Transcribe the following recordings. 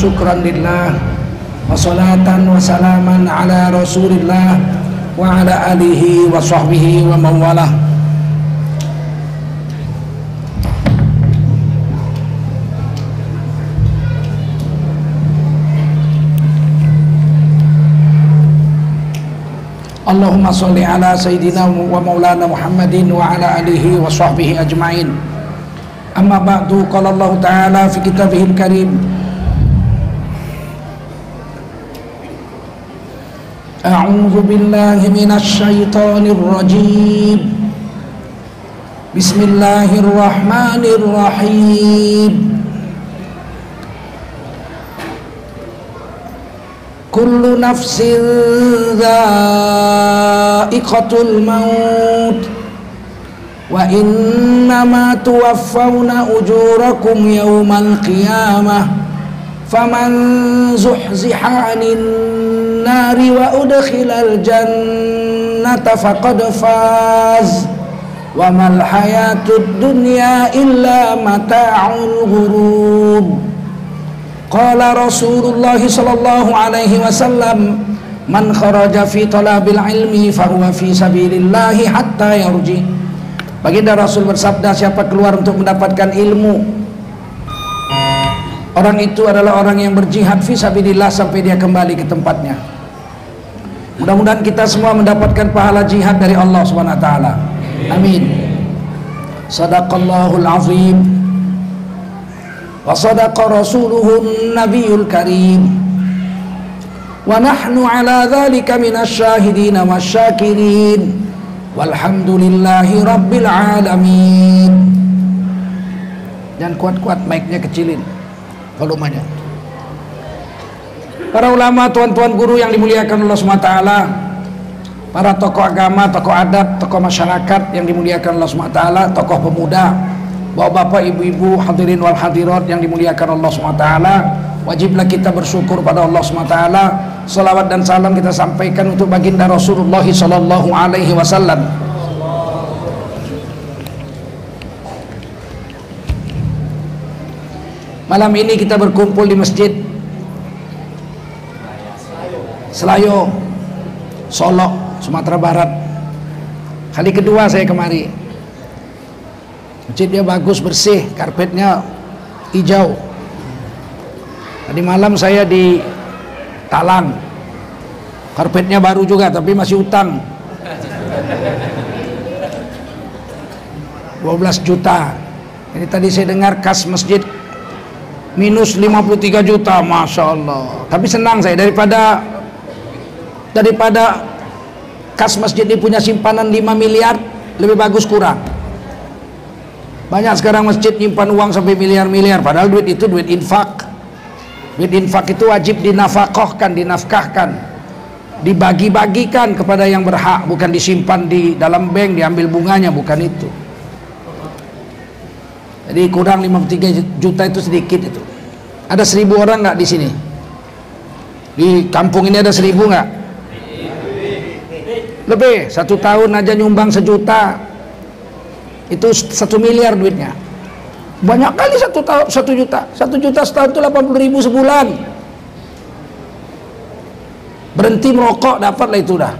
syukran lillah wa salatan wa salaman ala rasulillah wa ala alihi wa sahbihi wa mawalah. Allahumma sholli ala sayyidina wa maulana Muhammadin wa ala alihi wa sahbihi ajma'in. Amma ba'du, qala Allah ta'ala fi kitabihil karim, a'udzu billahi minasy syaithanir rajim. Bismillahirrahmanirrahim. Kullu nafsin dha'iqatul maut wa innama tuwaffawna ujurakum yawmal qiyamah faman zuhziha 'anil nari wa udkhilal jannata faqad faz wa mal hayatud dunya illa mata'ul ghurur. Qala Rasulullah sallallahu alaihi wasallam, man kharaja fi talabil ilmi fahuwa fi sabilillahi hatta yarji. Baginda Rasul bersabda, siapa keluar untuk mendapatkan ilmu, orang itu adalah orang yang berjihad fi sabilillah sampai dia kembali ke tempatnya. Mudah-mudahan kita semua mendapatkan pahala jihad dari Allah Subhanahu wa taala. Amin. Shadaqallahul azim. Wa sadaqa rasuluhun nabiyul karim wa nahnu ala dhalika minasy syahidin wasyakirin walhamdulillahi rabbil alamin. Jangan kuat-kuat, mic-nya kecilin volumenya. Para ulama, tuan-tuan guru yang dimuliakan Allah SWT, para tokoh agama, tokoh adat, tokoh masyarakat yang dimuliakan Allah SWT, tokoh pemuda, bapak-bapak, ibu-ibu, hadirin wal hadirat yang dimuliakan Allah SWT, wajiblah kita bersyukur pada Allah SWT. Salawat dan salam kita sampaikan untuk baginda Rasulullah sallallahu alaihi wasallam. Malam ini kita berkumpul di Masjid Selayo, Solok, Sumatera Barat. Kali kedua saya kemari. Masjidnya bagus, bersih, karpetnya hijau. Tadi malam saya di Talang, karpetnya baru juga tapi masih utang 12 juta. Ini tadi saya dengar kas masjid minus 53 juta, Masya Allah. Tapi senang saya, daripada kas masjid ini punya simpanan 5 miliar, lebih bagus kurang. Banyak sekarang masjid nyimpan uang sampai miliar-miliar, padahal duit itu duit infak. Duit infak itu wajib dinafkahkan, dinafkahkan, dibagi-bagikan kepada yang berhak, bukan disimpan di dalam bank diambil bunganya, bukan itu. Jadi kurang 53 juta itu sedikit itu. Ada 1000 orang nggak di sini? Di kampung ini ada 1000 nggak? Lebih. 1 tahun aja nyumbang 1 juta, itu 1 miliar duitnya. Banyak kali 1 juta. 1 juta setahun itu 80.000 sebulan. Berhenti merokok dapatlah itu dah.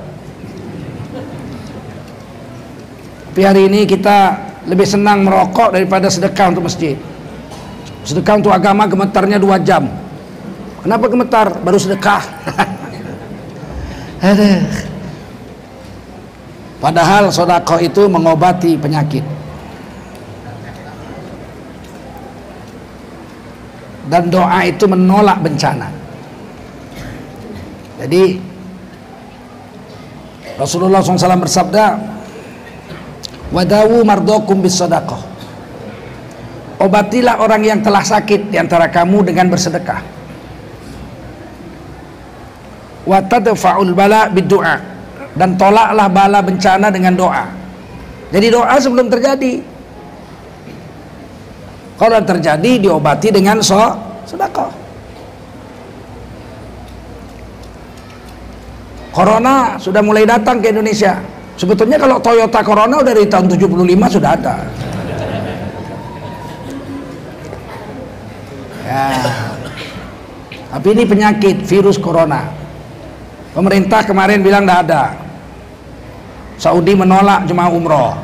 Tapi hari ini kita lebih senang merokok daripada sedekah untuk masjid. Sedekah untuk agama gemetarnya 2 jam. Kenapa gemetar? Baru sedekah. Padahal sedekah itu mengobati penyakit. Dan doa itu menolak bencana. Jadi Rasulullah SAW bersabda, wadawu mardokum bis sadaqah. Obatilah orang yang telah sakit di antara kamu dengan bersedekah. Wa tadfa'ul bala biddu'a, dan tolaklah bala bencana dengan doa. Jadi doa sebelum terjadi. Kalau terjadi diobati dengan sedekah. Corona sudah mulai datang ke Indonesia. Sebetulnya kalau Toyota Corona udah dari tahun 75 sudah ada. Ya. Tapi ini penyakit virus corona. Pemerintah kemarin bilang tidak ada. Saudi menolak jemaah umroh.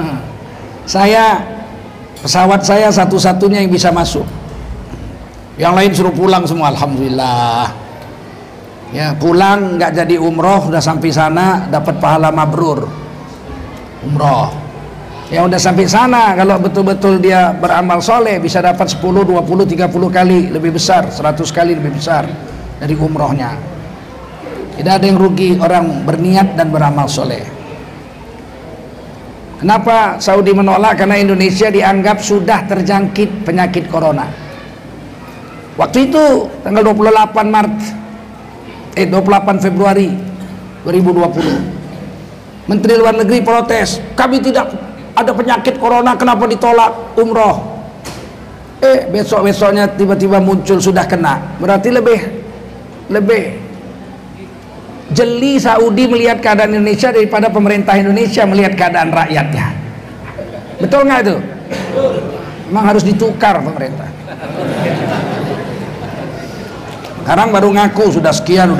Pesawat saya satu-satunya yang bisa masuk. Yang lain suruh pulang semua, alhamdulillah. Ya, pulang nggak jadi umroh, udah sampai sana dapat pahala mabrur umroh. Ya udah sampai sana, kalau betul-betul dia beramal soleh bisa dapat 10, 20, 30 kali lebih besar, 100 kali lebih besar dari umrohnya. Tidak ada yang rugi orang berniat dan beramal soleh. Kenapa Saudi menolak? Karena Indonesia dianggap sudah terjangkit penyakit corona. Waktu itu tanggal 28 Februari 2020, Menteri Luar Negeri protes, kami tidak ada penyakit corona, kenapa ditolak umroh? Besok-besoknya tiba-tiba muncul sudah kena. Berarti lebih jeli Saudi melihat keadaan Indonesia daripada pemerintah Indonesia melihat keadaan rakyatnya. Betul nggak itu? Memang harus ditukar pemerintah. Sekarang baru ngaku sudah sekian.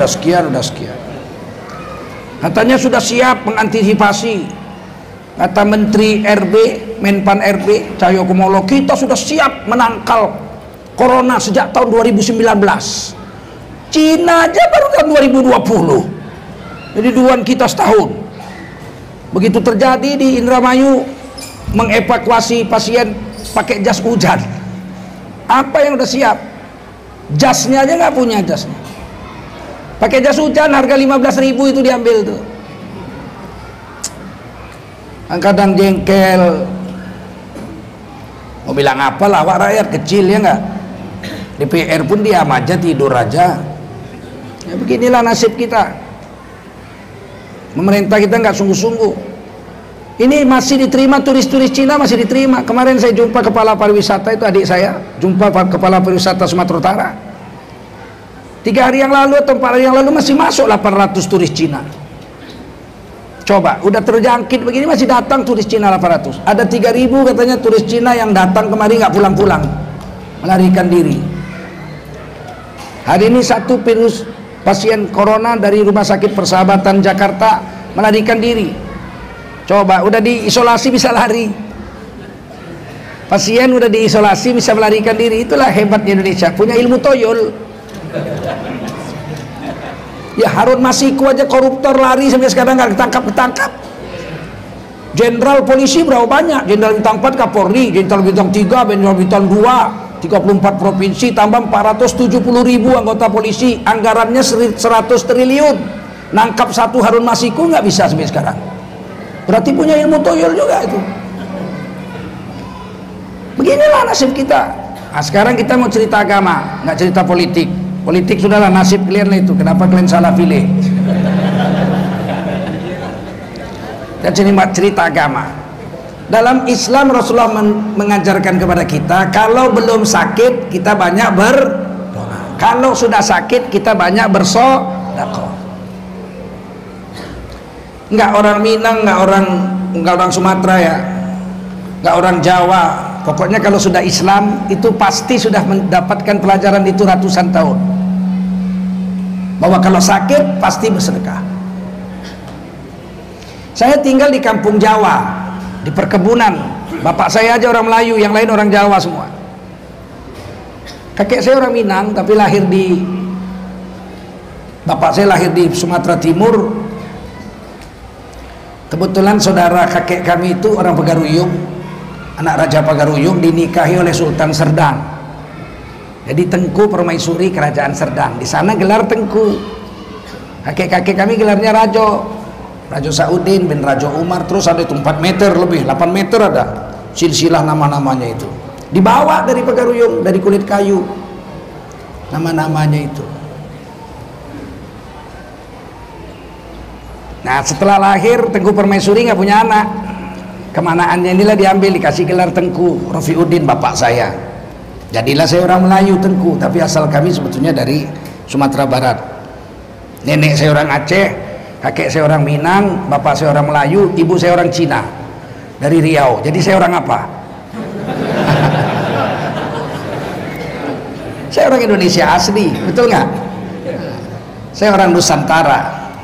Katanya sudah siap mengantisipasi. Kata Menteri RB, Menpan RB, Cahyokumolo, kita sudah siap menangkal corona sejak tahun 2019. Cina aja baru tahun 2020. Jadi duluan kita setahun. Begitu terjadi di Indramayu, mengevakuasi pasien pakai jas hujan. Apa yang udah siap? Jasnya aja nggak punya jasnya. Pakai jas hujan harga 15.000 itu diambil tuh. Kadang jengkel. Mau bilang apa lah, awak rakyat kecil ya nggak? DPR pun diam aja, tidur aja. Ya beginilah nasib kita. Pemerintah kita nggak sungguh-sungguh. Ini masih diterima turis-turis Cina, masih diterima. Kemarin saya jumpa kepala pariwisata, itu adik saya, jumpa kepala pariwisata Sumatera Utara. 3 hari yang lalu atau 4 hari yang lalu masih masuk 800 turis Cina. Coba, udah terjangkit begini masih datang turis Cina 800. Ada 3.000 katanya turis Cina yang datang kemari nggak pulang-pulang, melarikan diri. Hari ini satu virus pasien corona dari Rumah Sakit Persahabatan Jakarta melarikan diri. Coba, udah diisolasi bisa lari. Pasien udah diisolasi bisa melarikan diri. Itulah hebatnya Indonesia, punya ilmu toyol. Ya Harun Masiku aja koruptor lari sampai sekarang nggak ketangkap. Jenderal polisi berapa banyak? Jenderal bintang 4 Kapolri, Jenderal bintang 3, Jenderal bintang 2, 34 provinsi, tambah 470.000 anggota polisi, anggarannya 100 triliun. Nangkap satu Harun Masiku nggak bisa sampai sekarang. Berarti punya ilmu toyol juga itu. Beginilah nasib kita. Nah, sekarang kita mau cerita agama, nggak cerita politik. Politik sudahlah, nasib kalian lah itu. Kenapa kalian salah pilih? Kita cerita agama. Dalam Islam Rasulullah mengajarkan kepada kita, kalau belum sakit kita banyak berdoa. Kalau sudah sakit kita banyak bersedekah. Enggak orang Minang, enggak orang Sumatera ya, enggak orang Jawa. Pokoknya kalau sudah Islam itu pasti sudah mendapatkan pelajaran itu ratusan tahun, bahwa kalau sakit pasti bersedekah. Saya tinggal di kampung Jawa, di perkebunan. Bapak saya aja orang Melayu, yang lain orang Jawa semua. Kakek saya orang Minang, tapi bapak saya lahir di Sumatera Timur. Kebetulan saudara kakek kami itu orang Pagaruyung, anak Raja Pagaruyung, dinikahi oleh Sultan Serdang. Jadi Tengku Permaisuri Kerajaan Serdang. Di sana gelar Tengku. Kakek-kakek kami gelarnya Rajo Saudin bin Rajo Umar. Terus ada itu 4 meter lebih, 8 meter ada silsilah nama-namanya itu. Dibawa dari Pagaruyung, dari kulit kayu, nama-namanya itu. Nah setelah lahir Tengku Permaisuri nggak punya anak. Kemanaannya inilah diambil, dikasih gelar Tengku Rafiuddin bapak saya. Jadilah saya orang Melayu Tengku, tapi asal kami sebetulnya dari Sumatera Barat. Nenek saya orang Aceh, kakek saya orang Minang, bapak saya orang Melayu, ibu saya orang Cina dari Riau. Jadi saya orang apa? Saya orang Indonesia asli, betul nggak? Saya orang Nusantara.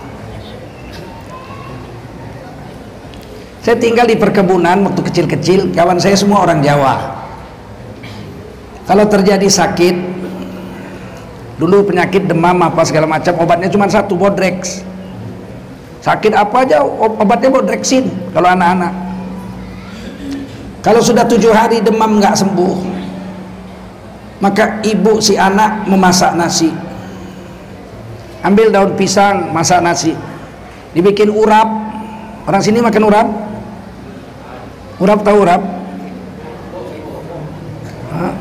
Saya tinggal di perkebunan waktu kecil-kecil, kawan saya semua orang Jawa. Kalau terjadi sakit, dulu penyakit demam apa segala macam, obatnya cuma satu, Bodrex. Sakit apa aja obatnya Bodrexin kalau anak-anak. Kalau sudah 7 hari demam nggak sembuh, maka ibu si anak memasak nasi, ambil daun pisang, masak nasi, dibikin urap. Orang sini makan urap? Urap, tahu urap? Hah?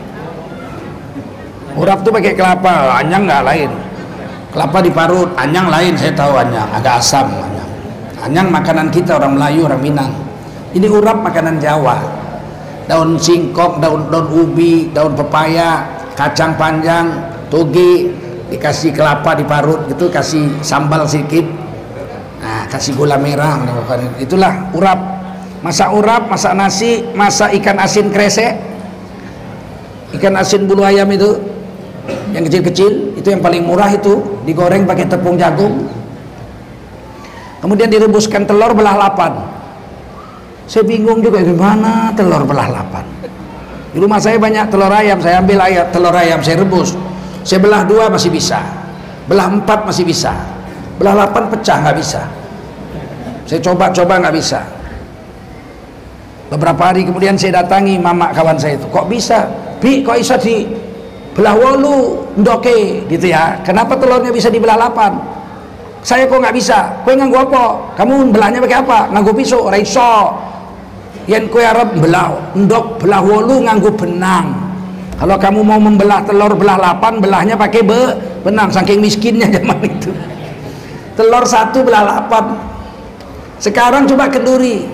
Urap tuh pakai kelapa, anyang nggak lain. Kelapa diparut, anyang lain, saya tahu anyang, agak asam anyang. Anyang makanan kita orang Melayu, orang Minang. Ini urap makanan Jawa. Daun singkong, daun ubi, daun pepaya, kacang panjang, toge, dikasih kelapa diparut gitu, kasih sambal sedikit, nah kasih gula merah, itulah urap. Masak urap, masak nasi, masak ikan asin kresek, ikan asin bulu ayam itu yang kecil-kecil, itu yang paling murah, itu digoreng pakai tepung jagung, kemudian direbuskan telur belah 8. Saya bingung juga, gimana telur belah 8? Di rumah saya banyak telur ayam, saya ambil telur ayam, saya rebus, saya belah 2 masih bisa, belah 4 masih bisa, belah 8 pecah nggak bisa. Saya coba-coba nggak bisa. Beberapa hari kemudian saya datangi mama kawan saya itu, kok bisa? Bi, kok bisa di belah 8 ndoke gitu ya, kenapa telurnya bisa dibelah 8? Saya kok nggak bisa? Kue nganggo apa? Kamu belahnya pakai apa? Nganggo pisau? Raiso. Yen kue Arab belah ndok belah 8 nganggo benang. Kalau kamu mau membelah telur belah 8, belahnya pakai benang, saking miskinnya zaman itu. Telur 1 belah 8. Sekarang coba kenduri,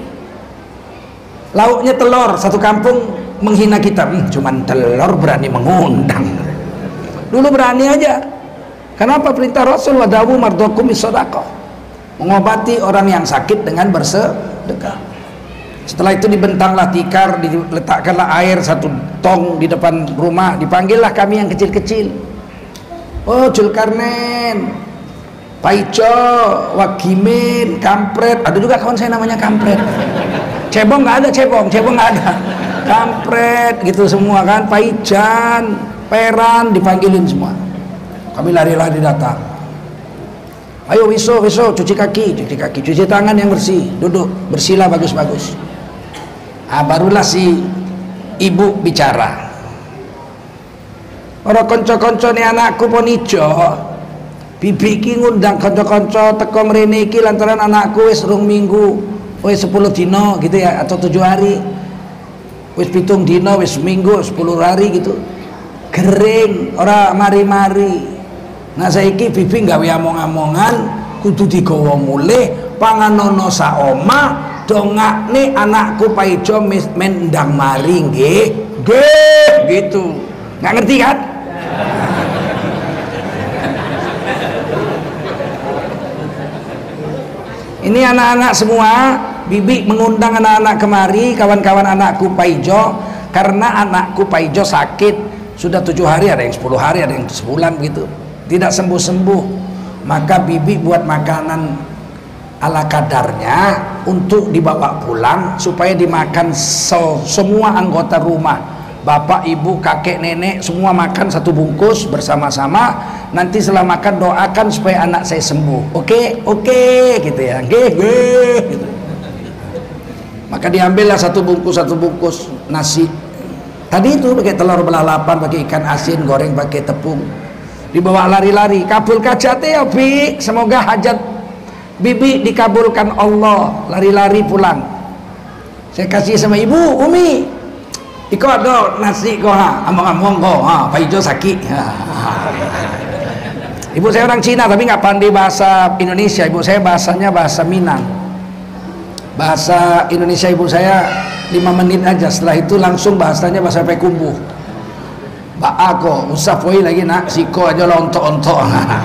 lauknya telur, satu kampung menghina kita, cuman telur berani mengundang. Dulu berani aja. Kenapa? Perintah Rasul, wadawu mardokum bisodaqah, mengobati orang yang sakit dengan bersedekah. Setelah itu dibentanglah tikar, diletakkanlah air 1 tong di depan rumah, dipanggillah kami yang kecil-kecil. Oh, Julkarnain, Paico, Wagimin, Kampret, ada juga kawan saya namanya Kampret. Cebong nggak ada, cebong nggak ada. Kampret gitu semua kan, Paijan, Peran, dipanggilin semua. Kami lari-lari datang. Ayo wiso, cuci kaki, cuci tangan yang bersih, duduk, bersihlah bagus-bagus. Nah, barulah si ibu bicara. Orang konco-konco nih anakku pun ijo, bibi ki ngundang konco-konco teko mrene iki lantaran anakku wis rong minggu, wis 10 dino gitu ya, atau 7 hari, wis 7 dino, wis minggu, 10 hari gitu, kering, ora mari-mari. Nah saiki bibi gawe among-amongan, kudu digawa mulih, panganono saoma, dongakne anakku paijo men ndang mari nggih. Nggih gitu. Nggak ngerti kan? Ini anak-anak semua, bibi mengundang anak-anak kemari, kawan-kawan anakku paijo, karena anakku paijo sakit sudah 7 hari, ada yang 10 hari, ada yang sebulan begitu, tidak sembuh-sembuh. Maka bibi buat makanan ala kadarnya untuk dibawa pulang supaya dimakan semua anggota rumah, bapak, ibu, kakek, nenek, semua makan 1 bungkus bersama-sama. Nanti setelah makan doakan supaya anak saya sembuh. Oke gitu ya, gitu. Maka diambillah 1 bungkus nasi tadi itu, pakai telur belah 8, pakai ikan asin goreng pakai tepung, dibawa lari-lari. Kabul hajatnya ya bi, semoga hajat bibi dikabulkan Allah. Lari-lari pulang, saya kasih sama ibu, Umi iko ada nasi ko ha, among-among ko ha, paijo sakit. Ibu saya orang Cina tapi nggak pandai bahasa Indonesia. Ibu saya bahasanya bahasa Minang. Bahasa Indonesia ibu saya 5 menit aja, setelah itu langsung bahasanya bahasa Pekumbu. Baako, usah poin lagi nak, siko aja lo ontok-ontok.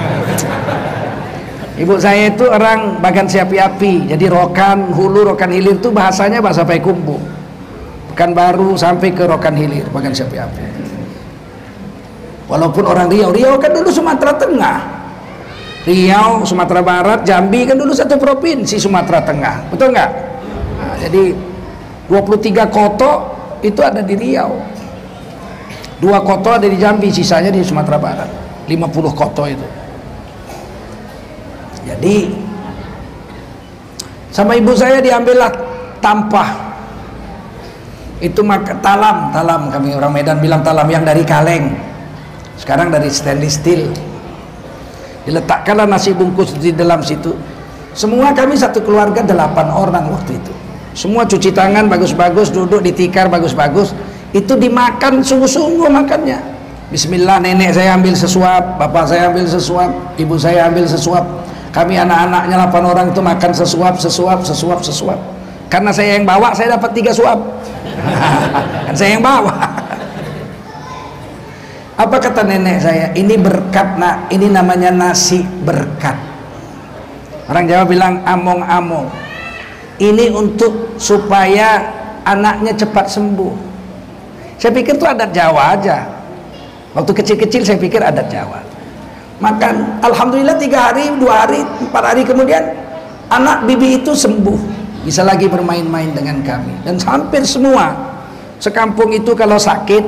Ibu saya itu orang Bagan Siapi-api, jadi Rokan Hulu, Rokan Hilir itu bahasanya bahasa Pekumbu. Pekanbaru sampai ke Rokan Hilir, Bagan Siapi-api. Walaupun orang Riau, Riau kan dulu Sumatera Tengah, Riau, Sumatera Barat, Jambi kan dulu satu provinsi Sumatera Tengah, betul nggak? Nah, jadi 23 koto itu ada di Riau, 2 koto ada di Jambi, sisanya di Sumatera Barat, 50 koto itu. Jadi sama ibu saya diambillah tampah, itu talam kami orang Medan bilang talam, yang dari kaleng, sekarang dari stainless steel. Diletakkanlah nasi bungkus di dalam situ. Semua kami satu keluarga 8 orang waktu itu. Semua cuci tangan bagus-bagus, duduk di tikar bagus-bagus. Itu dimakan sungguh-sungguh makannya. Bismillah, nenek saya ambil sesuap, bapak saya ambil sesuap, ibu saya ambil sesuap. Kami anak-anaknya 8 orang itu makan sesuap. Karena saya yang bawa, saya dapat 3 suap. Kan saya yang bawa. Apa kata nenek saya? Ini berkat nak, ini namanya nasi berkat. Orang Jawa bilang among-among. Ini untuk supaya anaknya cepat sembuh. Saya pikir itu adat Jawa aja. Waktu kecil-kecil saya pikir adat Jawa. Makan, alhamdulillah 3 hari, 2 hari, 4 hari kemudian anak bibi itu sembuh, bisa lagi bermain-main dengan kami. Dan hampir semua sekampung itu kalau sakit,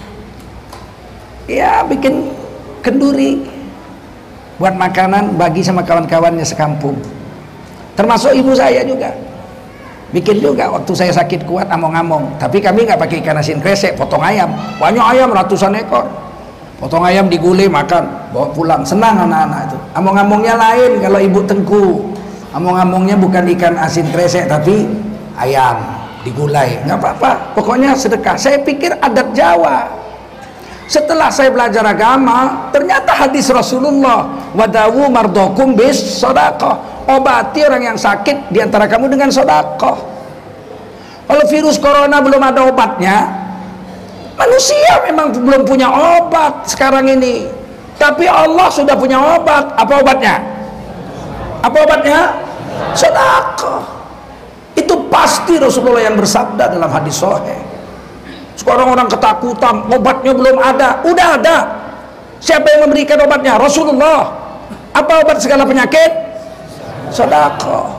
ya bikin kenduri buat makanan bagi sama kawan-kawannya sekampung, termasuk ibu saya juga bikin juga. Waktu saya sakit kuat among-among, tapi kami nggak pakai ikan asin kresek, potong ayam, banyak ayam ratusan ekor, potong ayam digulai makan, bawa pulang, senang anak-anak itu. Among-amongnya lain kalau ibu Tengku, among-amongnya bukan ikan asin kresek tapi ayam digulai, nggak apa-apa, pokoknya sedekah. Saya pikir adat Jawa. Setelah saya belajar agama, ternyata hadis Rasulullah, wadawu mardokum bis sodakoh, obati orang yang sakit diantara kamu dengan sodakoh. Kalau virus corona belum ada obatnya, manusia memang belum punya obat sekarang ini, tapi Allah sudah punya obat. Apa obatnya? Apa obatnya? Sodakoh. Itu pasti Rasulullah yang bersabda dalam hadis sahih. Sekarang orang ketakutan, obatnya belum ada. Udah ada. Siapa yang memberikan obatnya? Rasulullah. Apa obat segala penyakit? Sedekah.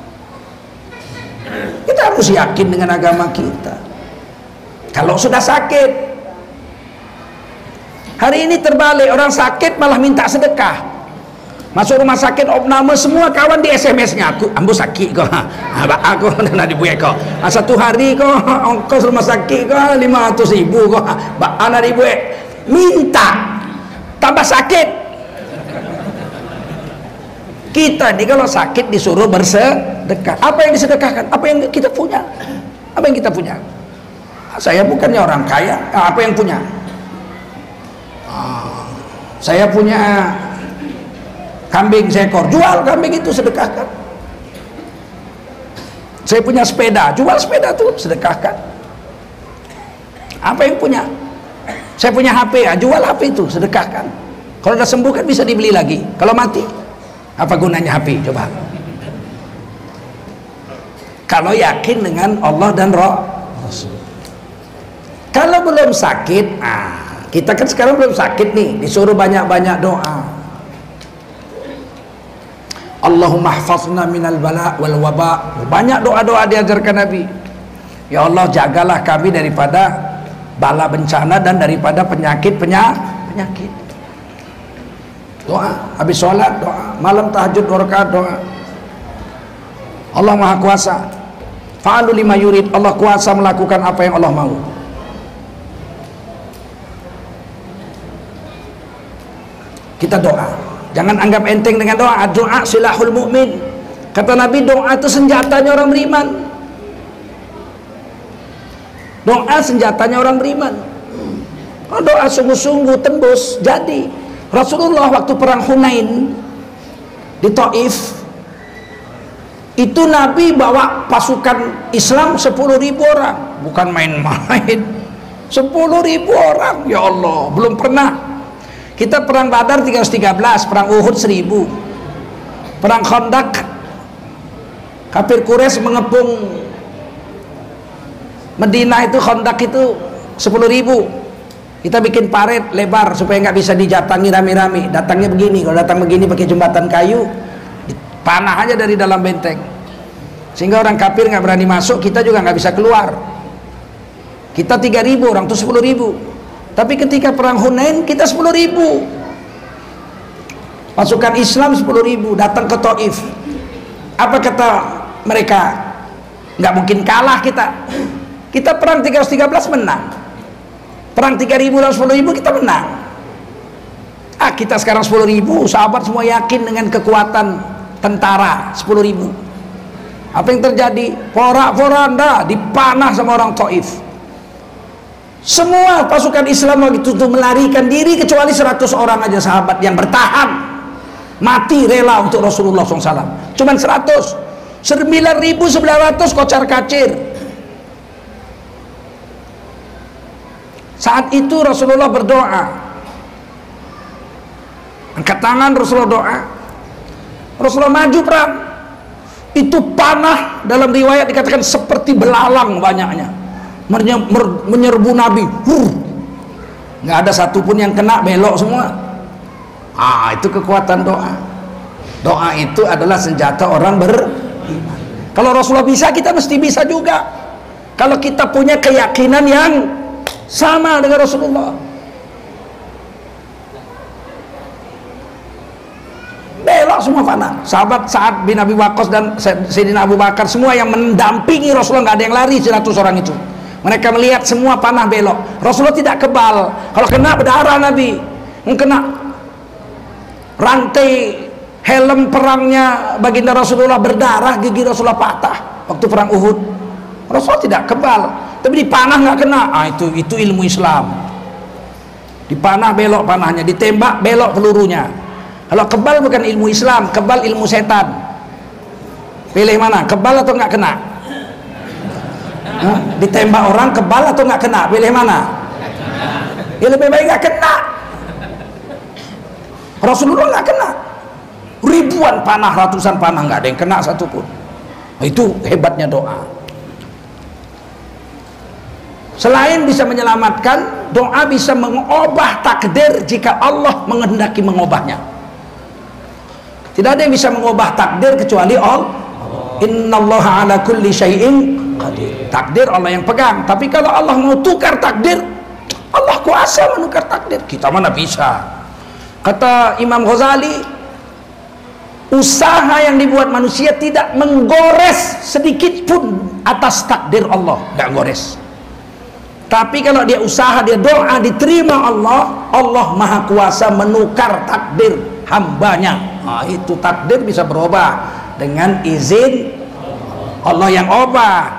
Kita harus yakin dengan agama kita. Kalau sudah sakit, hari ini terbalik, orang sakit malah minta sedekah. Masuk rumah sakit opname, semua kawan di SMS-nya, aku ambo sakit kok, aku nak dibuat kok, 1 hari kok ongkos rumah sakit kok 500.000 kok, anak dibuat, minta tambah sakit. Kita ini kalau sakit disuruh bersedekah. Apa yang disedekahkan? Apa yang kita punya? Apa yang kita punya? Saya bukannya orang kaya. Apa yang punya? Saya punya kambing seekor, jual kambing itu, sedekahkan. Saya punya sepeda, jual sepeda itu, sedekahkan. Apa yang punya? Saya punya HP, ya, jual HP itu, sedekahkan. Kalau udah sembuh kan bisa dibeli lagi. Kalau mati, apa gunanya HP? Coba. Kalau yakin dengan Allah dan Rasul. Kalau belum sakit, kita kan sekarang belum sakit nih, disuruh banyak-banyak doa. Allahumma hafazna minal bala wal waba. Banyak doa-doa diajarkan Nabi. Ya Allah, jagalah kami daripada bala bencana dan daripada penyakit. Doa habis sholat, doa malam tahajud 2 rakaat, doa. Allah Maha Kuasa. Fa'alu lima yurid. Allah kuasa melakukan apa yang Allah mau. Kita doa. Jangan anggap enteng dengan doa. Doa silahul mu'min. Kata Nabi, doa itu senjatanya orang beriman. Doa senjatanya orang beriman. Kalau doa sungguh-sungguh tembus, jadi. Rasulullah waktu perang Hunain di Taif, itu Nabi bawa pasukan Islam 10.000 orang, bukan main-main. 10.000 orang, ya Allah, belum pernah. Kita perang Badar 313, perang Uhud 1000, perang Khandaq, kafir Quraisy mengepung Madinah itu, Khandaq itu 10.000. Kita bikin paret lebar supaya nggak bisa dijatangi rame-rame. Datangnya begini, kalau datang begini pakai jembatan kayu, panah aja dari dalam benteng, sehingga orang kafir nggak berani masuk, kita juga nggak bisa keluar. Kita 3.000, orang tuh 10.000. Tapi ketika perang Hunain kita 10.000. Pasukan Islam 10.000 datang ke Taif. Apa kata mereka? Nggak mungkin kalah kita. Kita perang 313 menang. Perang 3.000 dan 10.000 kita menang. Kita sekarang 10.000, sahabat semua yakin dengan kekuatan tentara 10.000. Apa yang terjadi? Porak-poranda dipanah sama orang Taif. Semua pasukan Islam waktu itu melarikan diri kecuali 100 orang aja sahabat yang bertahan, mati rela untuk Rasulullah SAW. Cuman 100. 9.900 kocar kacir. Saat itu Rasulullah berdoa, angkat tangan Rasulullah doa, Rasulullah maju perang. Itu panah dalam riwayat dikatakan seperti belalang banyaknya menyerbu Nabi. Nggak ada satupun yang kena, belok semua. Itu kekuatan doa. Doa itu adalah senjata orang beriman. Kalau Rasulullah bisa, kita mesti bisa juga. Kalau kita punya keyakinan yang sama dengan Rasulullah. Belok semua panah. Sahabat Sa'ad bin Abi Waqqas dan Sayyidina Abu Bakar semua yang mendampingi Rasulullah, nggak ada yang lari 100 orang itu. Mereka melihat semua panah belok. Rasulullah tidak kebal. Kalau kena berdarah Nabi. Kena rantai helm perangnya baginda Rasulullah berdarah, gigi Rasulullah patah waktu perang Uhud. Rasulullah tidak kebal, tapi dipanah nggak kena. Itu ilmu Islam. Dipanah belok panahnya, ditembak belok pelurunya. Kalau kebal bukan ilmu Islam, kebal ilmu setan. Pilih mana, kebal atau nggak kena? Ditembak orang kebal atau nggak kena? Pilih mana? Ya lebih baik nggak kena. Rasulullah nggak kena. Ribuan panah, ratusan panah, nggak ada yang kena satupun. Itu hebatnya doa. Selain bisa menyelamatkan, doa bisa mengubah takdir jika Allah menghendaki mengubahnya. Tidak ada yang bisa mengubah takdir kecuali Allah. Innallaha ala kulli syai'in qadir. Takdir Allah yang pegang. Tapi kalau Allah mau tukar takdir, Allah kuasa menukar takdir. Kita mana bisa. Kata Imam Ghazali, usaha yang dibuat manusia tidak menggores sedikit pun atas takdir Allah, nggak gores. Tapi kalau dia usaha, dia doa, diterima Allah, Allah maha kuasa menukar takdir hambanya. Itu takdir bisa berubah dengan izin Allah yang ubah.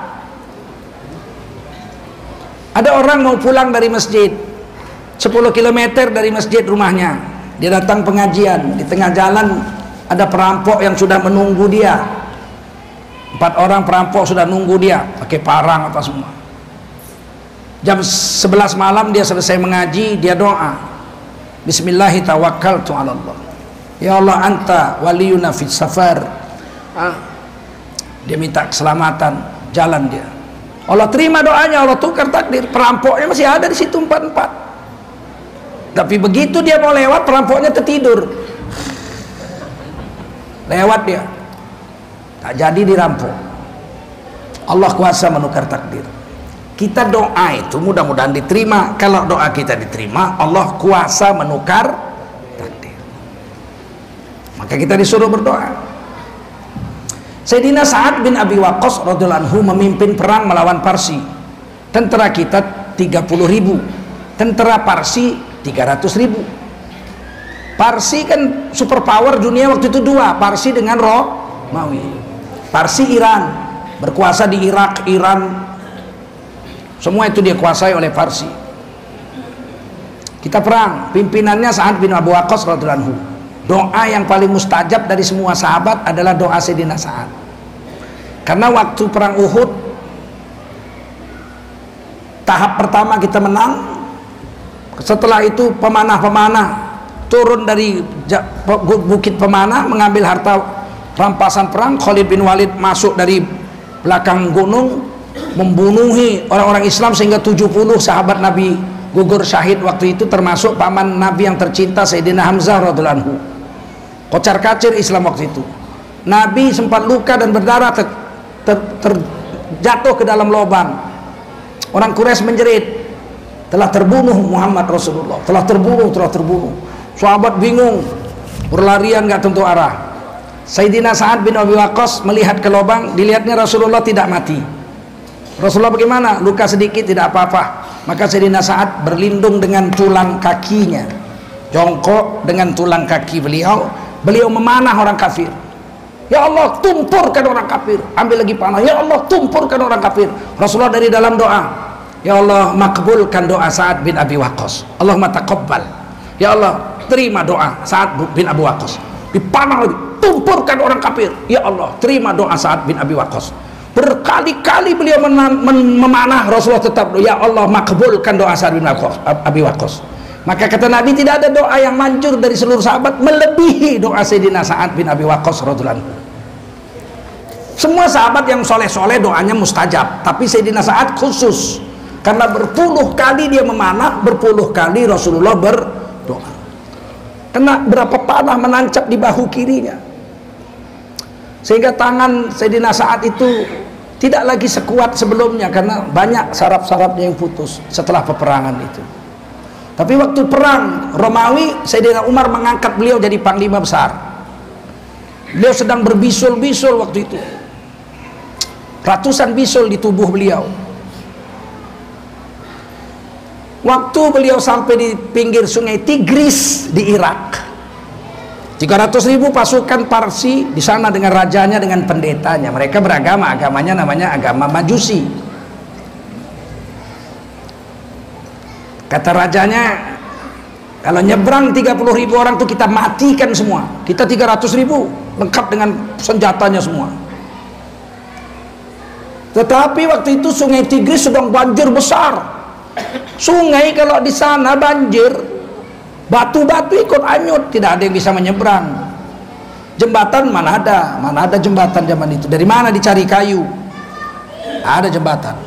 Ada orang mau pulang dari masjid 10 km dari masjid rumahnya, dia datang pengajian, di tengah jalan ada perampok yang sudah menunggu dia. 4 orang perampok sudah nunggu dia pakai parang apa semua. Jam 11 malam dia selesai mengaji, dia doa, Bismillahi tawakkaltu ala Allah, ya Allah anta waliyuna fis safar. Dia minta keselamatan jalan dia. Allah terima doanya, Allah tukar takdir. Perampoknya masih ada di situ 4. Tapi begitu dia mau lewat, perampoknya tertidur. Lewat dia, tak jadi dirampok. Allah kuasa menukar takdir. Kita doa itu mudah-mudahan diterima. Kalau doa kita diterima, Allah kuasa menukar takdir. Maka kita disuruh berdoa. Sayyidina Sa'ad bin Abi Waqqas radhiyallahu anhu memimpin perang melawan Parsi. Tentara kita 30.000, tentara Parsi 300.000. Parsi kan superpower dunia waktu itu 2, Parsi dengan Romawi. Parsi Iran, berkuasa di Irak, Iran, semua itu dia kuasai oleh Parsi. Kita perang, pimpinannya Sa'ad bin Abi Waqqas radhiyallahu anhu. Doa yang paling mustajab dari semua sahabat adalah doa Sayyidina Sa'ad. Karena waktu perang Uhud, tahap pertama kita menang. Setelah itu pemanah-pemanah turun dari bukit pemanah mengambil harta rampasan perang. Khalid bin Walid masuk dari belakang gunung membunuhi orang-orang Islam sehingga 70 sahabat Nabi gugur syahid waktu itu, termasuk paman Nabi yang tercinta Sayyidina Hamzah radhiyallahu anhu. Kocar-kacir Islam waktu itu. Nabi sempat luka dan berdarah, terjatuh ke dalam lubang. Orang Quraisy menjerit, telah terbunuh Muhammad Rasulullah, telah terbunuh. Sahabat bingung, berlarian gak tentu arah. Sayyidina Sa'ad bin Abi Waqqas melihat ke lubang, dilihatnya Rasulullah tidak mati. Rasulullah bagaimana? Luka sedikit, tidak apa-apa. Maka Sayyidina Sa'ad berlindung dengan tulang kakinya, jongkok dengan tulang kaki beliau memanah orang kafir. Ya Allah, tumpurkan orang kafir. Ambil lagi panah. Ya Allah, tumpurkan orang kafir. Rasulullah dari dalam doa, ya Allah, makbulkan doa Sa'ad bin Abi Waqqas. Allahumma taqabbal. Ya Allah, terima doa Sa'ad bin Abi Waqqas. Dipanah lagi, tumpurkan orang kafir. Ya Allah, terima doa Sa'ad bin Abi Waqqas. Berkali-kali beliau memanah, Rasulullah tetap, ya Allah, makbulkan doa Sa'ad bin Abi Waqqas. Maka kata Nabi, tidak ada doa yang manjur dari seluruh sahabat melebihi doa Sayyidina Sa'ad bin Abi Waqqas radhiyallahu anhu. Semua sahabat yang soleh-soleh doanya mustajab, tapi Sayyidina Sa'ad khusus, karena berpuluh kali dia memanah, berpuluh kali Rasulullah berdoa. Kena berapa panah menancap di bahu kirinya, sehingga tangan Sayyidina Sa'ad itu tidak lagi sekuat sebelumnya, karena banyak saraf-sarafnya yang putus setelah peperangan itu. Tapi waktu perang Romawi, Sayyidina Umar mengangkat beliau jadi panglima besar. Beliau sedang berbisul-bisul waktu itu, ratusan bisul di tubuh beliau. Waktu beliau sampai di pinggir sungai Tigris di Irak, 300.000 pasukan Parsi di sana dengan rajanya, dengan pendetanya. Mereka beragama, agamanya namanya agama Majusi. Kata rajanya, kalau nyebrang 30.000 orang tuh kita matikan semua. Kita 300.000 lengkap dengan senjatanya semua. Tetapi waktu itu sungai Tigris sedang banjir besar. Sungai kalau di sana banjir, batu-batu ikut hanyut, tidak ada yang bisa menyeberang. Jembatan mana ada jembatan zaman itu. Dari mana dicari kayu? Ada jembatan.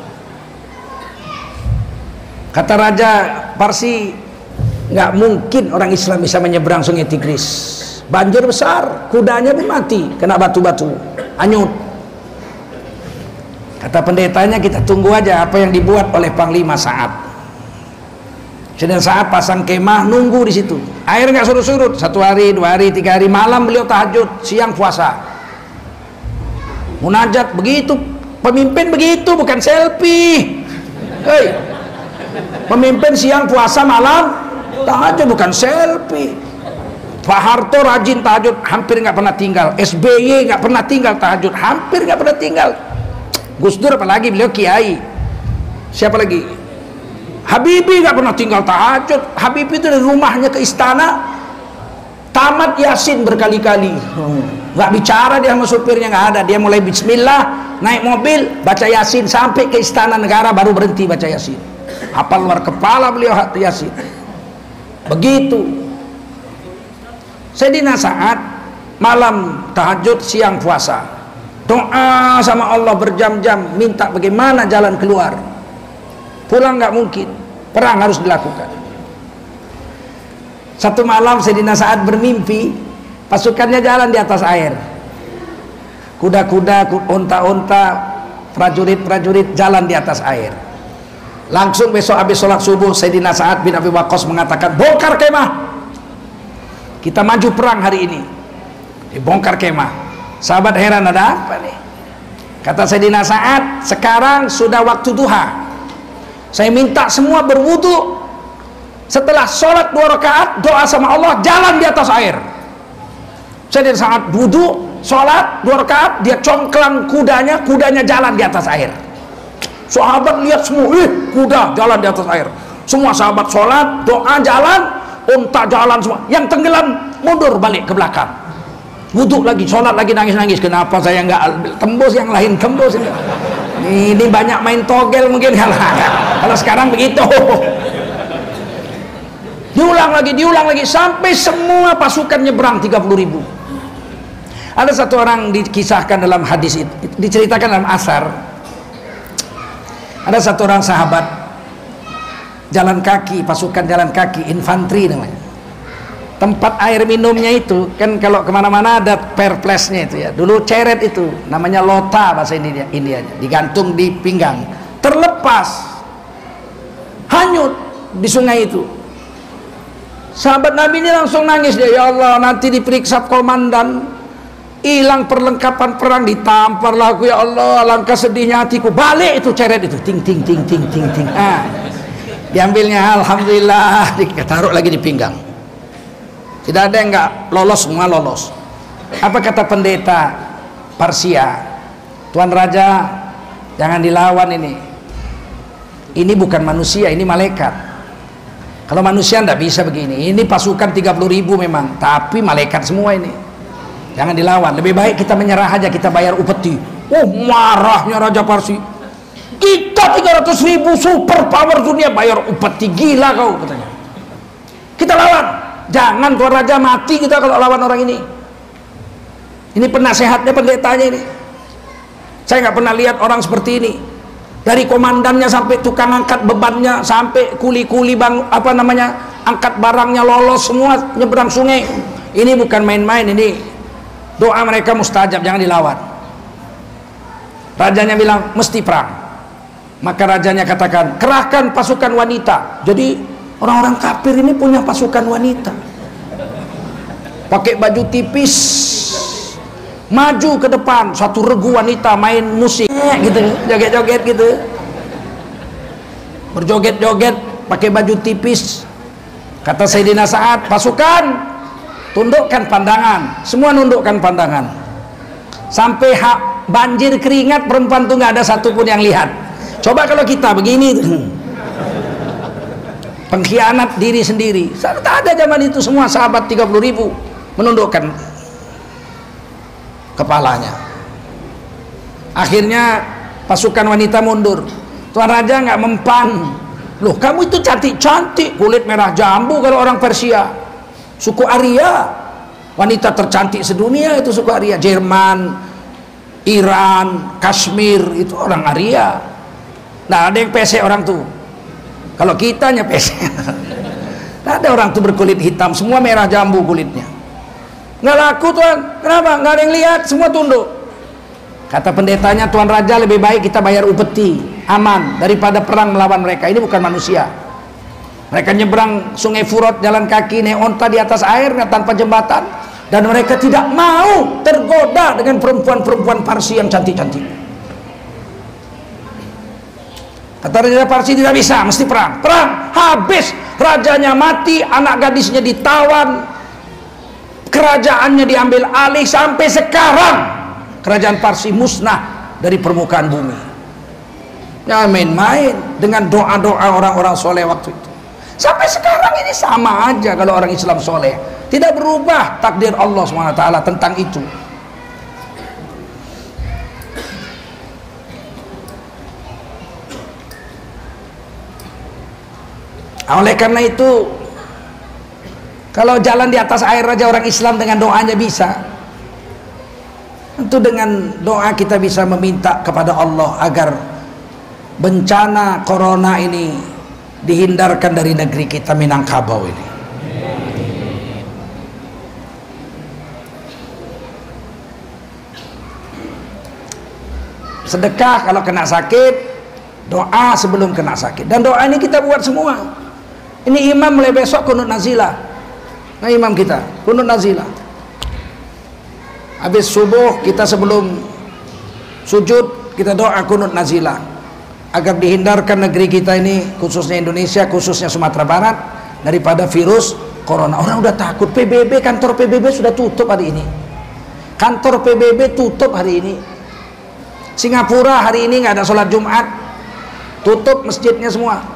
Kata Raja Parsi, nggak mungkin orang Islam bisa menyeberang sungai Tigris. Banjir besar, kudanya pun mati, kena batu-batu, hanyut. Kata pendetanya, kita tunggu aja apa yang dibuat oleh Panglima Sa'ad. Sedang Sa'ad pasang kemah, nunggu di situ. Air nggak surut-surut, 1 hari, 2 hari, 3 hari. Malam beliau tahajud, siang puasa. Munajat begitu, pemimpin begitu, bukan selfie. Hei. Pemimpin siang puasa, malam tahajud, bukan selfie. Pak Harto rajin tahajud, hampir nggak pernah tinggal. SBY nggak pernah tinggal tahajud, hampir nggak pernah tinggal. Gus Dur apalagi, beliau kiai. Siapa lagi? Habibie nggak pernah tinggal tahajud. Habibie itu dari rumahnya ke istana tamat Yasin berkali-kali. Nggak bicara dia sama supirnya, nggak ada. Dia mulai bismillah, naik mobil, baca Yasin sampai ke istana negara, baru berhenti baca Yasin. Hafal luar kepala beliau Yasin. Begitu. Sayyidina Sa'ad malam tahajud, siang puasa, doa sama Allah berjam-jam, minta bagaimana jalan keluar. Pulang nggak mungkin, perang harus dilakukan. Satu malam Sayyidina Sa'ad bermimpi pasukannya jalan di atas air, kuda-kuda, unta-unta, prajurit-prajurit jalan di atas air. Langsung besok habis sholat subuh, Sayyidina Sa'ad bin Abi Waqqas mengatakan, bongkar kemah, kita maju perang hari ini. Dibongkar kemah. Sahabat heran, ada apa nih? Kata Sayyidina Sa'ad, sekarang sudah waktu duha, saya minta semua berwudu, setelah sholat 2 rakaat doa sama Allah, jalan di atas air. Sayyidina Sa'ad wudu, sholat 2 rakaat, dia congklang kudanya, kudanya jalan di atas air. Sahabat lihat semua, kuda jalan di atas air. Semua sahabat sholat, doa, jalan, unta jalan semua. Yang tenggelam mundur balik ke belakang. Wudhu lagi, sholat lagi, nangis-nangis. Kenapa saya nggak tembus, yang lain tembus? Ini banyak main togel mungkin kalau sekarang begitu. Diulang lagi, sampai semua pasukan nyebrang 30.000. Ada satu orang dikisahkan dalam hadis itu, diceritakan dalam asar. Ada satu orang sahabat jalan kaki, pasukan jalan kaki, infanteri namanya. Tempat air minumnya itu kan kalau kemana-mana ada perplesnya itu ya. Dulu ceret itu namanya lota bahasa Indianya, digantung di pinggang, terlepas, hanyut di sungai itu. Sahabat Nabi ini langsung nangis dia, ya Allah nanti diperiksa komandan, hilang perlengkapan perang, ditamparlah aku, ya Allah alangkah sedihnya hatiku. Balik itu ceret itu, ting ting ting ting ting ting. Diambilnya alhamdulillah, ditaruh lagi di pinggang. Tidak ada yang nggak lolos, semua lolos. Apa kata pendeta Parsia? Tuan Raja, jangan dilawan ini. Ini bukan manusia, ini malaikat. Kalau manusia nggak bisa begini. Ini pasukan 30.000 memang, tapi malaikat semua ini. Jangan dilawan. Lebih baik kita menyerah aja, kita bayar upeti. Oh marahnya Raja Parsi. Kita 300.000 super power dunia bayar upeti, gila kau katanya. Kita lawan. Jangan Tuan Raja, mati kita kalau lawan orang ini. Ini penasehatnya pendetanya ini. Saya nggak pernah lihat orang seperti ini. Dari komandannya sampai tukang angkat bebannya, sampai kuli-kuli angkat barangnya lolos semua nyeberang sungai. Ini bukan main-main, ini doa mereka mustajab, jangan dilawan. Rajanya bilang mesti perang. Maka rajanya katakan kerahkan pasukan wanita. Jadi orang-orang kafir ini punya pasukan wanita, pakai baju tipis, maju ke depan, satu regu wanita main musik gitu, joget-joget gitu, berjoget-joget pakai baju tipis. Kata Sayyidina Sa'ad, pasukan tundukkan pandangan, semua nundukkan pandangan, sampai banjir keringat perempuan tuh nggak ada satupun yang lihat. Coba kalau kita begini pengkhianat diri sendiri. Tak ada zaman itu, semua sahabat 30.000 menundukkan kepalanya. Akhirnya pasukan wanita mundur. Tuan Raja nggak mempan. Loh kamu itu cantik-cantik, kulit merah jambu kalau orang Persia, suku Arya, wanita tercantik sedunia itu suku Arya. Jerman, Iran, Kashmir itu orang Arya. Nah ada yang pesek orang tuh. Kalau kita nyepes, ada orang tuh berkulit hitam, semua merah jambu kulitnya. Nggak laku Tuan, kenapa? Nggak ada yang lihat, semua tunduk. Kata pendetanya, Tuan Raja lebih baik kita bayar upeti, aman, daripada perang melawan mereka. Ini bukan manusia. Mereka nyebrang sungai Furat jalan kaki, naik onta di atas air tanpa jembatan. Dan mereka tidak mau tergoda dengan perempuan-perempuan Parsi yang cantik-cantik. Kata Raja Parsi tidak bisa, mesti perang. Perang, habis. Rajanya mati, anak gadisnya ditawan, kerajaannya diambil alih. Sampai sekarang kerajaan Parsi musnah dari permukaan bumi. Jangan main-main dengan doa-doa orang-orang soleh waktu itu. Sampai sekarang ini sama aja kalau orang Islam soleh. Tidak berubah takdir Allah SWT tentang itu. Oleh karena itu, kalau jalan di atas air aja orang Islam dengan doanya bisa. Tentu dengan doa kita bisa meminta kepada Allah agar bencana corona ini dihindarkan dari negeri kita Minangkabau ini. Sedekah kalau kena sakit, doa sebelum kena sakit. Dan doa ini kita buat semua. Ini imam mulai besok kunut nazilah. Nah imam kita kunut nazilah. Habis subuh kita sebelum sujud kita doa kunut nazilah agar dihindarkan negeri kita ini, khususnya Indonesia, khususnya Sumatera Barat, daripada virus corona. Orang udah takut. PBB, kantor PBB sudah tutup hari ini. Kantor PBB tutup hari ini. Singapura hari ini nggak ada sholat Jumat, tutup masjidnya semua.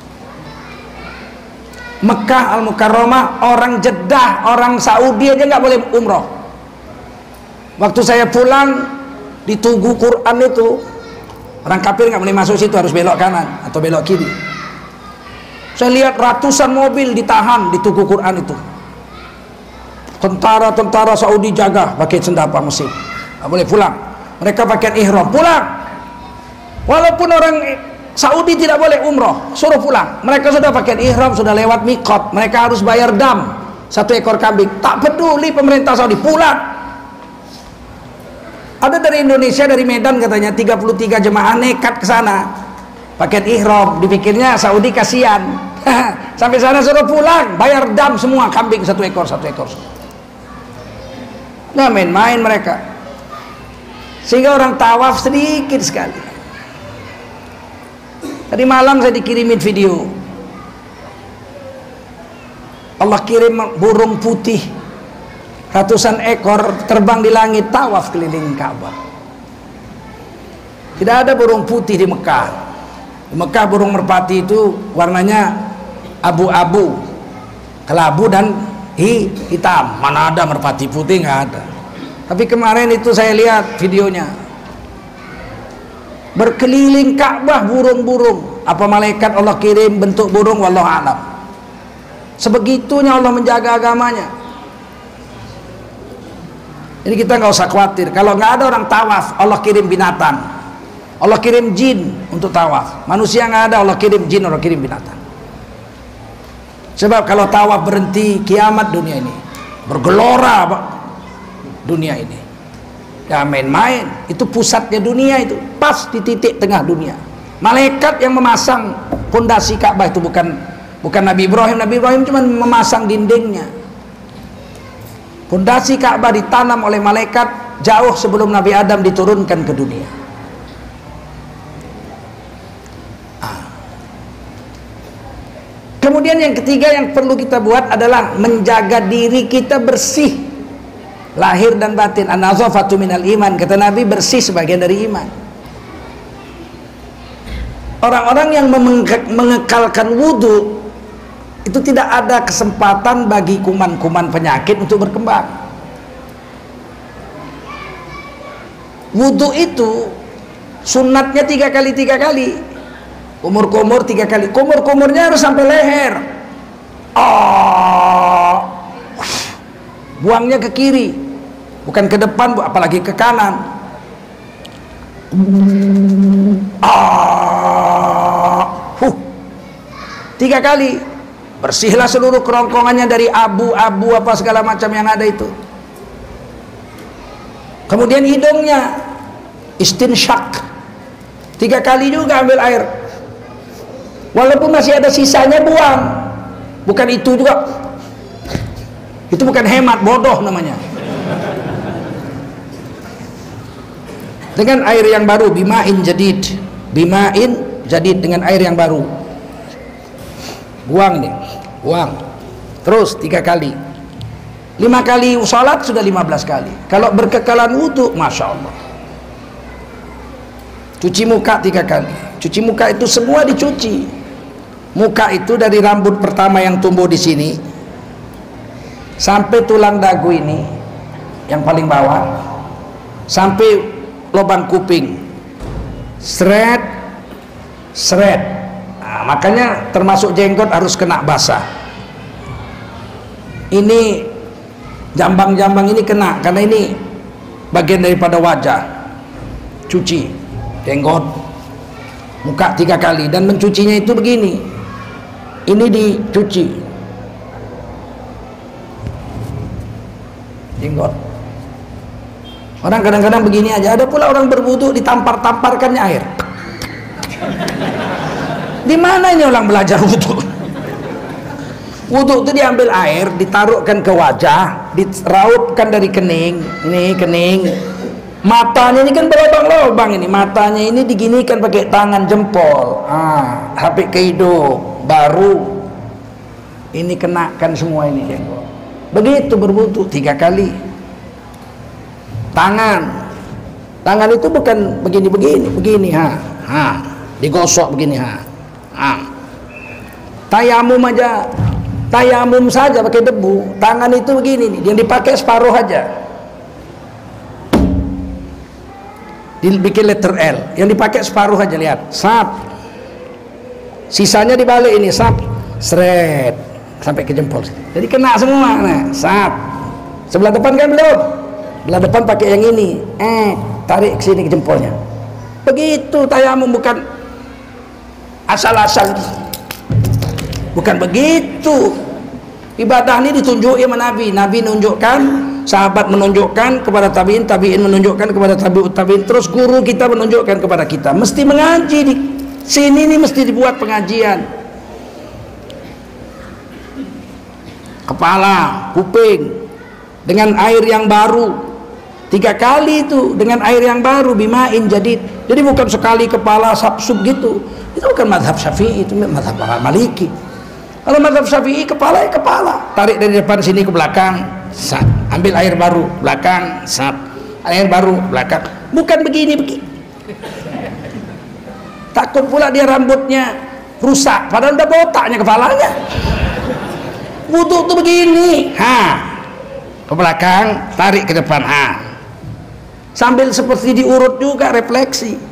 Mekah Al-Mukarramah, orang Jeddah, orang Saudi aja nggak boleh umroh. Waktu saya pulang di Tugu Quran itu, orang kafir nggak boleh masuk situ, harus belok kanan atau belok kiri. Saya lihat ratusan mobil ditahan di Tugu Quran itu. Tentara-tentara Saudi jaga pakai senjata mesin, nggak boleh pulang. Mereka pakai ihram, pulang. Walaupun orang Saudi tidak boleh umroh, suruh pulang. Mereka sudah pakai ihram, sudah lewat mikot, mereka harus bayar dam 1 ekor kambing. Tak peduli pemerintah Saudi, pulang. Ada dari Indonesia, dari Medan katanya 33 jemaah nekat ke sana pakai ihram, dipikirnya Saudi kasihan. Sampai sana suruh pulang, bayar dam semua, kambing 1 ekor 1 ekor. Nah, main-main mereka, sehingga orang tawaf sedikit sekali. Tadi malam saya dikirimin video, Allah kirim burung putih ratusan ekor terbang di langit tawaf keliling Ka'bah. Tidak ada burung putih di Mekah. Di Mekah burung merpati itu warnanya abu-abu, kelabu dan hitam. Mana ada merpati putih, nggak ada. Tapi kemarin itu saya lihat videonya, berkeliling Ka'bah burung-burung. Apa malaikat Allah kirim bentuk burung, wallahu a'lam. Sebegitunya Allah menjaga agamanya. Ini kita nggak usah khawatir. Kalau nggak ada orang tawaf, Allah kirim binatang, Allah kirim jin untuk tawaf. Manusia nggak ada, Allah kirim jin, Allah kirim binatang. Sebab kalau tawaf berhenti, kiamat dunia ini, bergelora Pak, dunia ini. Ya main-main, itu pusatnya dunia, itu pas di titik tengah dunia. Malaikat yang memasang fondasi Ka'bah itu bukan Nabi Ibrahim. Nabi Ibrahim cuma memasang dindingnya. Fondasi Ka'bah ditanam oleh malaikat jauh sebelum Nabi Adam diturunkan ke dunia. Kemudian yang ketiga yang perlu kita buat adalah menjaga diri kita bersih, lahir dan batin. An-nazafatu minal iman, kata Nabi, bersih sebagian dari iman. Orang-orang yang mengekalkan wudu itu tidak ada kesempatan bagi kuman-kuman penyakit untuk berkembang. Wudu itu sunatnya 3 kali. Kumur-kumur 3 kali. Kumur-kumurnya harus sampai leher. Buangnya ke kiri, bukan ke depan, apalagi ke kanan. 3 kali. Bersihlah seluruh kerongkongannya dari abu-abu apa segala macam yang ada itu. Kemudian hidungnya istinsyak 3 kali juga, ambil air. Walaupun masih ada sisanya, buang. Bukan itu juga, itu bukan hemat, bodoh namanya. Dengan air yang baru, bima'in jadid, dengan air yang baru. Buang nih, buang. Terus 3 kali. 5 kali salat sudah 15 kali. Kalau berkekalan wudu, masya Allah. Cuci muka 3 kali. Cuci muka itu semua dicuci. Muka itu dari rambut pertama yang tumbuh di sini sampai tulang dagu ini yang paling bawah, sampai lubang kuping, seret. Nah, makanya termasuk jenggot harus kena basah. Ini jambang-jambang ini kena, karena ini bagian daripada wajah. Cuci jenggot, muka 3 kali, dan mencucinya itu begini. Ini dicuci jenggot. Orang kadang-kadang begini aja. Ada pula orang berwudu ditampar-tamparkannya air. Di mana ini orang belajar wudu? Wudu itu diambil air, ditaruhkan ke wajah, diraupkan dari kening, ini kening. Matanya ini kan berlobang-lobang ini. Matanya ini diginikan pakai tangan jempol. Sampai ke hidung. Baru ini kenakan semua ini jenggot. Begitu berwudu 3 kali. Tangan itu bukan begini, digosok begini, Tayamum aja, tayamum saja pakai debu. Tangan itu begini nih, yang dipakai separuh aja. Dibikin letter L, yang dipakai separuh aja, lihat, sap. Sisanya dibalik ini, sap, seret sampai ke jempol. Jadi kena semua, nah, sap. Sebelah depan kan belum. Sebelah depan pakai yang ini, tarik ke sini ke jempolnya. Begitu tayamum, bukan asal-asal. Bukan begitu. Ibadah ini ditunjuki sama Nabi. Nabi menunjukkan, sahabat menunjukkan kepada tabiin, tabiin menunjukkan kepada tabiut tabiin, terus guru kita menunjukkan kepada kita. Mesti mengaji di sini nih, mesti dibuat pengajian. Kepala, kuping dengan air yang baru 3 kali itu dengan air yang baru, bimain jadid. Jadi bukan sekali kepala sapsup gitu. Itu bukan mazhab Syafi'i, itu mazhab Maliki. Kalau mazhab Syafi'i kepala ya kepala, tarik dari depan sini ke belakang, sat, ambil air baru, belakang, sat, air baru, belakang. Bukan begini. Takut pula dia rambutnya rusak, padahal udah botaknya kepalanya. Wudu tuh begini, ke belakang, tarik ke depan, sambil seperti diurut juga, refleksi.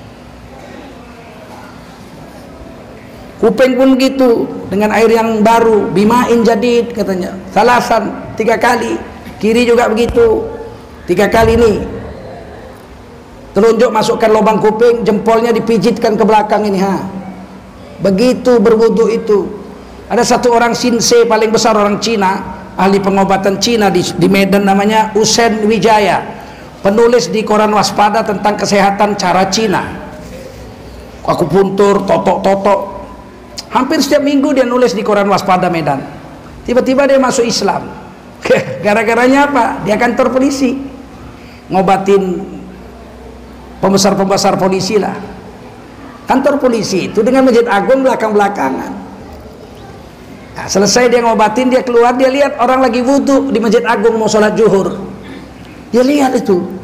Kuping pun gitu, dengan air yang baru, bimain jadid katanya, salasan 3 kali, kiri juga begitu 3 kali nih, telunjuk masukkan lubang kuping, jempolnya dipijitkan ke belakang ini, begitu berwudu itu. Ada satu orang Shinsei paling besar, orang Cina, ahli pengobatan Cina di Medan, namanya Usen Wijaya, penulis di koran Waspada tentang kesehatan cara Cina, akupuntur, totok-totok. Hampir setiap minggu dia nulis di koran Waspada Medan. Tiba-tiba dia masuk Islam. Gara-garanya apa? Dia kantor polisi, ngobatin pembesar-pembesar polisi lah. Kantor polisi itu dengan Masjid Agung belakang-belakangan. Nah, selesai dia ngobatin, dia keluar, dia lihat orang lagi wudu di Masjid Agung mau sholat zuhur. Dia lihat itu,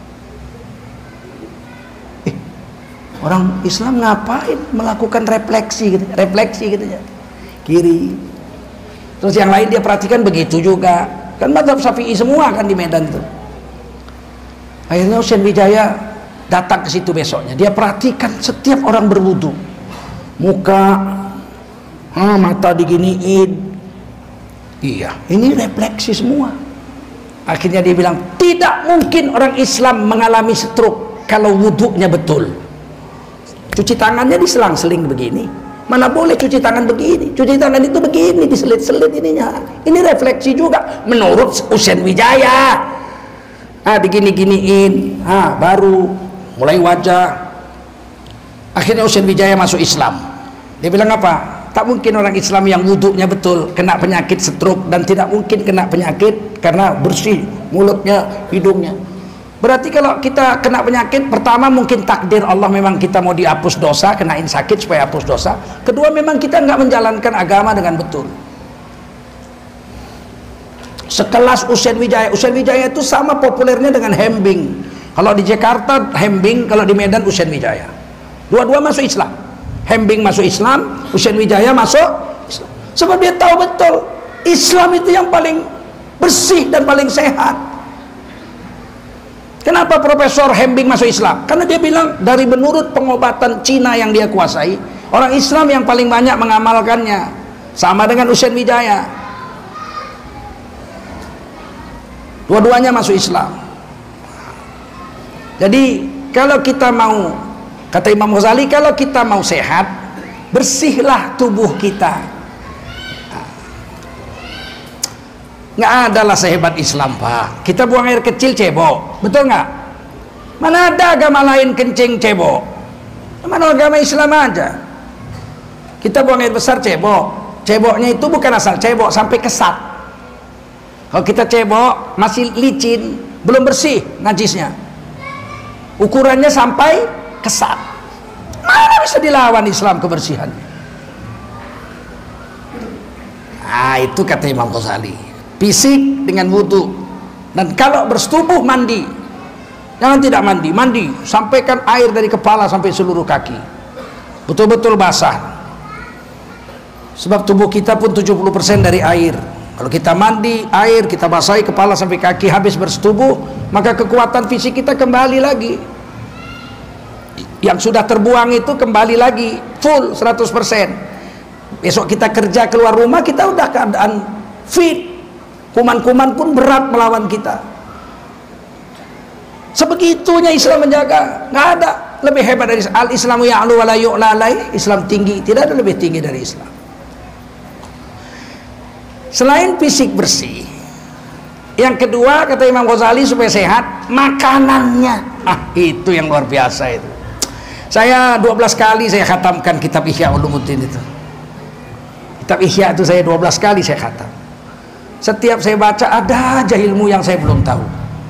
orang Islam ngapain melakukan refleksi gitu ya, kiri. Terus yang lain dia perhatikan begitu juga, kan mazhab Syafi'i semua kan di Medan itu. Akhirnya Usen Wijaya datang ke situ besoknya, dia perhatikan setiap orang berwudu, muka, mata diginiin, iya, ini refleksi semua. Akhirnya dia bilang, tidak mungkin orang Islam mengalami stroke kalau wudunya betul. Cuci tangannya diselang-seling begini, mana boleh cuci tangan begini, cuci tangan itu begini, diselit-selit ininya. Ini refleksi juga menurut Usen Wijaya. Digini-giniin, baru mulai wajah. Akhirnya Usen Wijaya masuk Islam. Dia bilang apa? Tak mungkin orang Islam yang wuduknya betul kena penyakit stroke, dan tidak mungkin kena penyakit karena bersih mulutnya, hidungnya. Berarti kalau kita kena penyakit, pertama mungkin takdir Allah, memang kita mau dihapus dosa, kenain sakit supaya hapus dosa. Kedua, memang kita nggak menjalankan agama dengan betul. Sekelas Usen Wijaya. Usen Wijaya itu sama populernya dengan Hembing. Kalau di Jakarta Hembing, kalau di Medan Usen Wijaya. Dua-dua masuk Islam. Hembing masuk Islam, Usen Wijaya masuk Islam. Sebab dia tahu betul Islam itu yang paling bersih dan paling sehat. Kenapa Profesor Hembing masuk Islam? Karena dia bilang dari menurut pengobatan Cina yang dia kuasai, orang Islam yang paling banyak mengamalkannya. Sama dengan Usen Wijaya. Dua-duanya masuk Islam. Jadi kalau kita mau, kata Imam Ghazali, kalau kita mau sehat, bersihlah tubuh kita. Nggak adalah sehebat Islam, Pak. Kita buang air kecil cebok, betul nggak? Mana ada agama lain kencing cebok? Mana agama Islam aja. Kita buang air besar cebok. Ceboknya itu bukan asal cebok, sampai kesat. Kalau kita cebok masih licin, belum bersih najisnya, ukurannya sampai kesat. Mana bisa dilawan Islam kebersihannya? Itu kata Imam Ghazali. Fisik dengan wudu, dan kalau bersetubuh mandi, jangan tidak mandi, sampaikan air dari kepala sampai seluruh kaki, betul-betul basah. Sebab tubuh kita pun 70% dari air. Kalau kita mandi air, kita basahi kepala sampai kaki, habis bersetubuh, maka kekuatan fisik kita kembali lagi. Yang sudah terbuang itu kembali lagi full 100%. Besok kita kerja keluar rumah, kita udah keadaan fit. Kuman-kuman pun berat melawan kita. Sebegitunya Islam menjaga, nggak ada lebih hebat dari al-Islamu ya'lu wa la yu'la alaih. Islam tinggi, tidak ada lebih tinggi dari Islam. Selain fisik bersih, yang kedua kata Imam Ghazali supaya sehat, makanannya. Itu yang luar biasa itu. Saya 12 kali saya khatamkan kitab Ihya Ulumuddin itu. Kitab Ihya itu saya 12 kali saya khatam. Setiap saya baca ada aja ilmu yang saya belum tahu.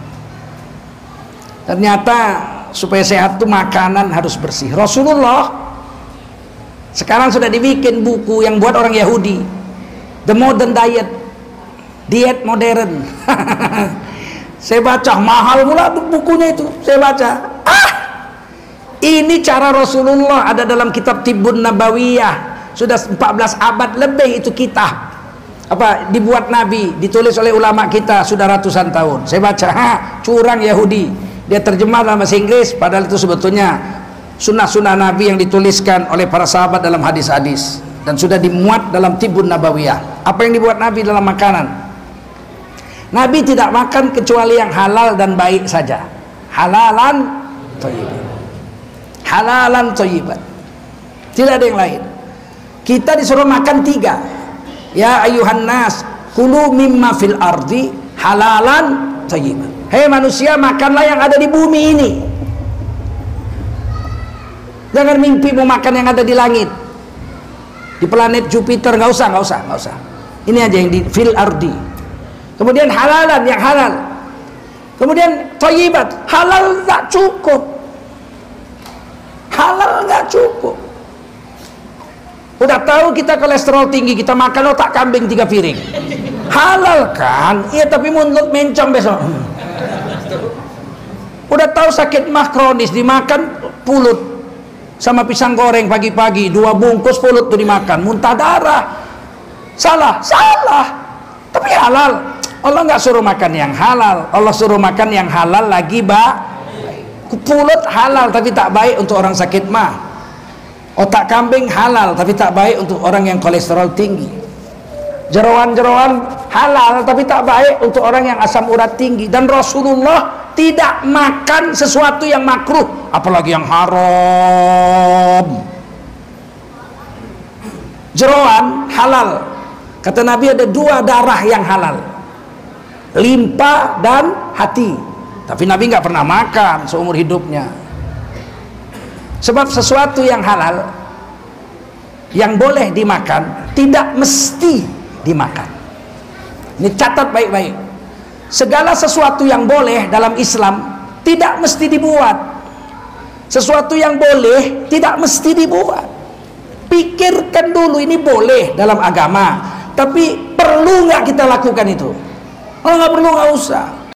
Ternyata supaya sehat itu makanan harus bersih. Rasulullah sekarang sudah dibikin buku yang buat orang Yahudi, The Modern Diet, diet modern. Saya baca, mahal pula bukunya itu. Saya baca, ini cara Rasulullah ada dalam kitab Tibbun Nabawiyah, sudah 14 abad lebih itu kitab. Apa dibuat Nabi, ditulis oleh ulama kita sudah ratusan tahun. Saya baca, curang Yahudi. Dia terjemah dalam bahasa Inggris, padahal itu sebetulnya sunnah-sunnah Nabi yang dituliskan oleh para sahabat dalam hadis-hadis dan sudah dimuat dalam Tibbun Nabawiyah. Apa yang dibuat Nabi dalam makanan? Nabi tidak makan kecuali yang halal dan baik saja. Halalan thayyiban. Halalan thayyiban. Tidak ada yang lain. Kita disuruh makan 3. Ya ayuhan nas, kulu mimma fil ardi halalan thayyiban. Hei manusia, makanlah yang ada di bumi ini. Jangan mimpi mau makan yang ada di langit, di planet Jupiter. Nggak usah. Ini aja yang di fil ardi. Kemudian halalan, yang halal. Kemudian thayyibat, halal nggak cukup. Halal nggak cukup. Udah tahu kita kolesterol tinggi, kita makan otak kambing 3 piring. Halal kan? Iya, tapi mulut mencong besok. Udah tahu sakit mah kronis, dimakan pulut sama pisang goreng pagi-pagi 2 bungkus pulut tuh dimakan, muntah darah. Salah, tapi halal. Allah nggak suruh makan yang halal, Allah suruh makan yang halal lagi pulut halal tapi tak baik untuk orang sakit mah. Otak kambing halal tapi tak baik untuk orang yang kolesterol tinggi. Jeroan-jeroan halal tapi tak baik untuk orang yang asam urat tinggi. Dan Rasulullah tidak makan sesuatu yang makruh, apalagi yang haram. Jeroan halal. Kata Nabi ada 2 darah yang halal, limpa dan hati. Tapi Nabi nggak pernah makan seumur hidupnya. Sebab sesuatu yang halal, yang boleh dimakan, tidak mesti dimakan. Ini catat baik-baik. Segala sesuatu yang boleh dalam Islam tidak mesti dibuat. Sesuatu yang boleh tidak mesti dibuat. Pikirkan dulu, ini boleh dalam agama, tapi perlu nggak kita lakukan itu? Oh nggak perlu, nggak usah.